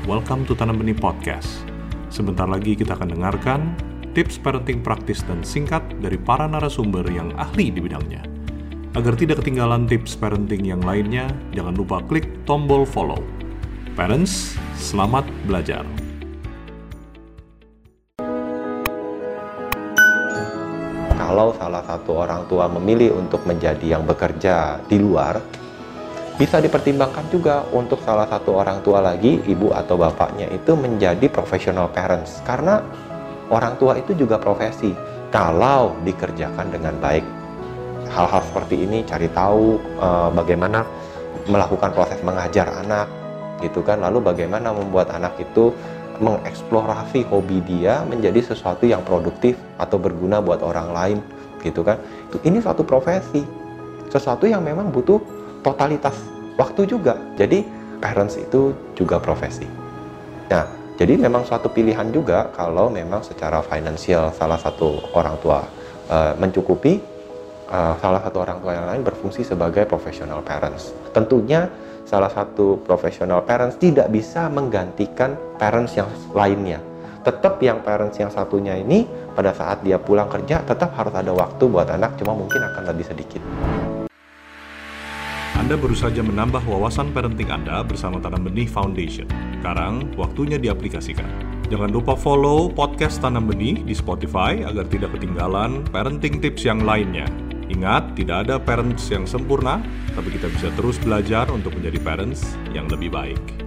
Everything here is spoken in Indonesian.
welcome to Tanam Benih Podcast. Sebentar lagi kita akan dengarkan tips parenting praktis dan singkat dari para narasumber yang ahli di bidangnya. Agar tidak ketinggalan tips parenting yang lainnya, jangan lupa klik tombol follow. Parents, selamat belajar. Kalau salah satu orang tua memilih untuk menjadi yang bekerja di luar, bisa dipertimbangkan juga untuk salah satu orang tua lagi, ibu atau bapaknya itu menjadi professional parents. Karena orang tua itu juga profesi, kalau dikerjakan dengan baik. Hal-hal seperti ini, cari tahu bagaimana melakukan proses mengajar anak, gitu kan. Lalu bagaimana membuat anak itu mengeksplorasi hobi dia menjadi sesuatu yang produktif atau berguna buat orang lain, gitu kan. Ini suatu profesi, sesuatu yang memang butuh totalitas waktu juga. Jadi parents itu juga profesi. Nah, jadi memang suatu pilihan juga kalau memang secara finansial salah satu orang tua mencukupi, salah satu orang tua yang lain berfungsi sebagai professional parents. Tentunya salah satu professional parents tidak bisa menggantikan parents yang lainnya. Tetap yang parents yang satunya ini pada saat dia pulang kerja tetap harus ada waktu buat anak, cuma mungkin akan lebih sedikit. Anda baru saja menambah wawasan parenting Anda bersama Tanam Benih Foundation. Sekarang waktunya diaplikasikan. Jangan lupa follow podcast Tanam Benih di Spotify agar tidak ketinggalan parenting tips yang lainnya. Ingat, tidak ada parents yang sempurna, tapi kita bisa terus belajar untuk menjadi parents yang lebih baik.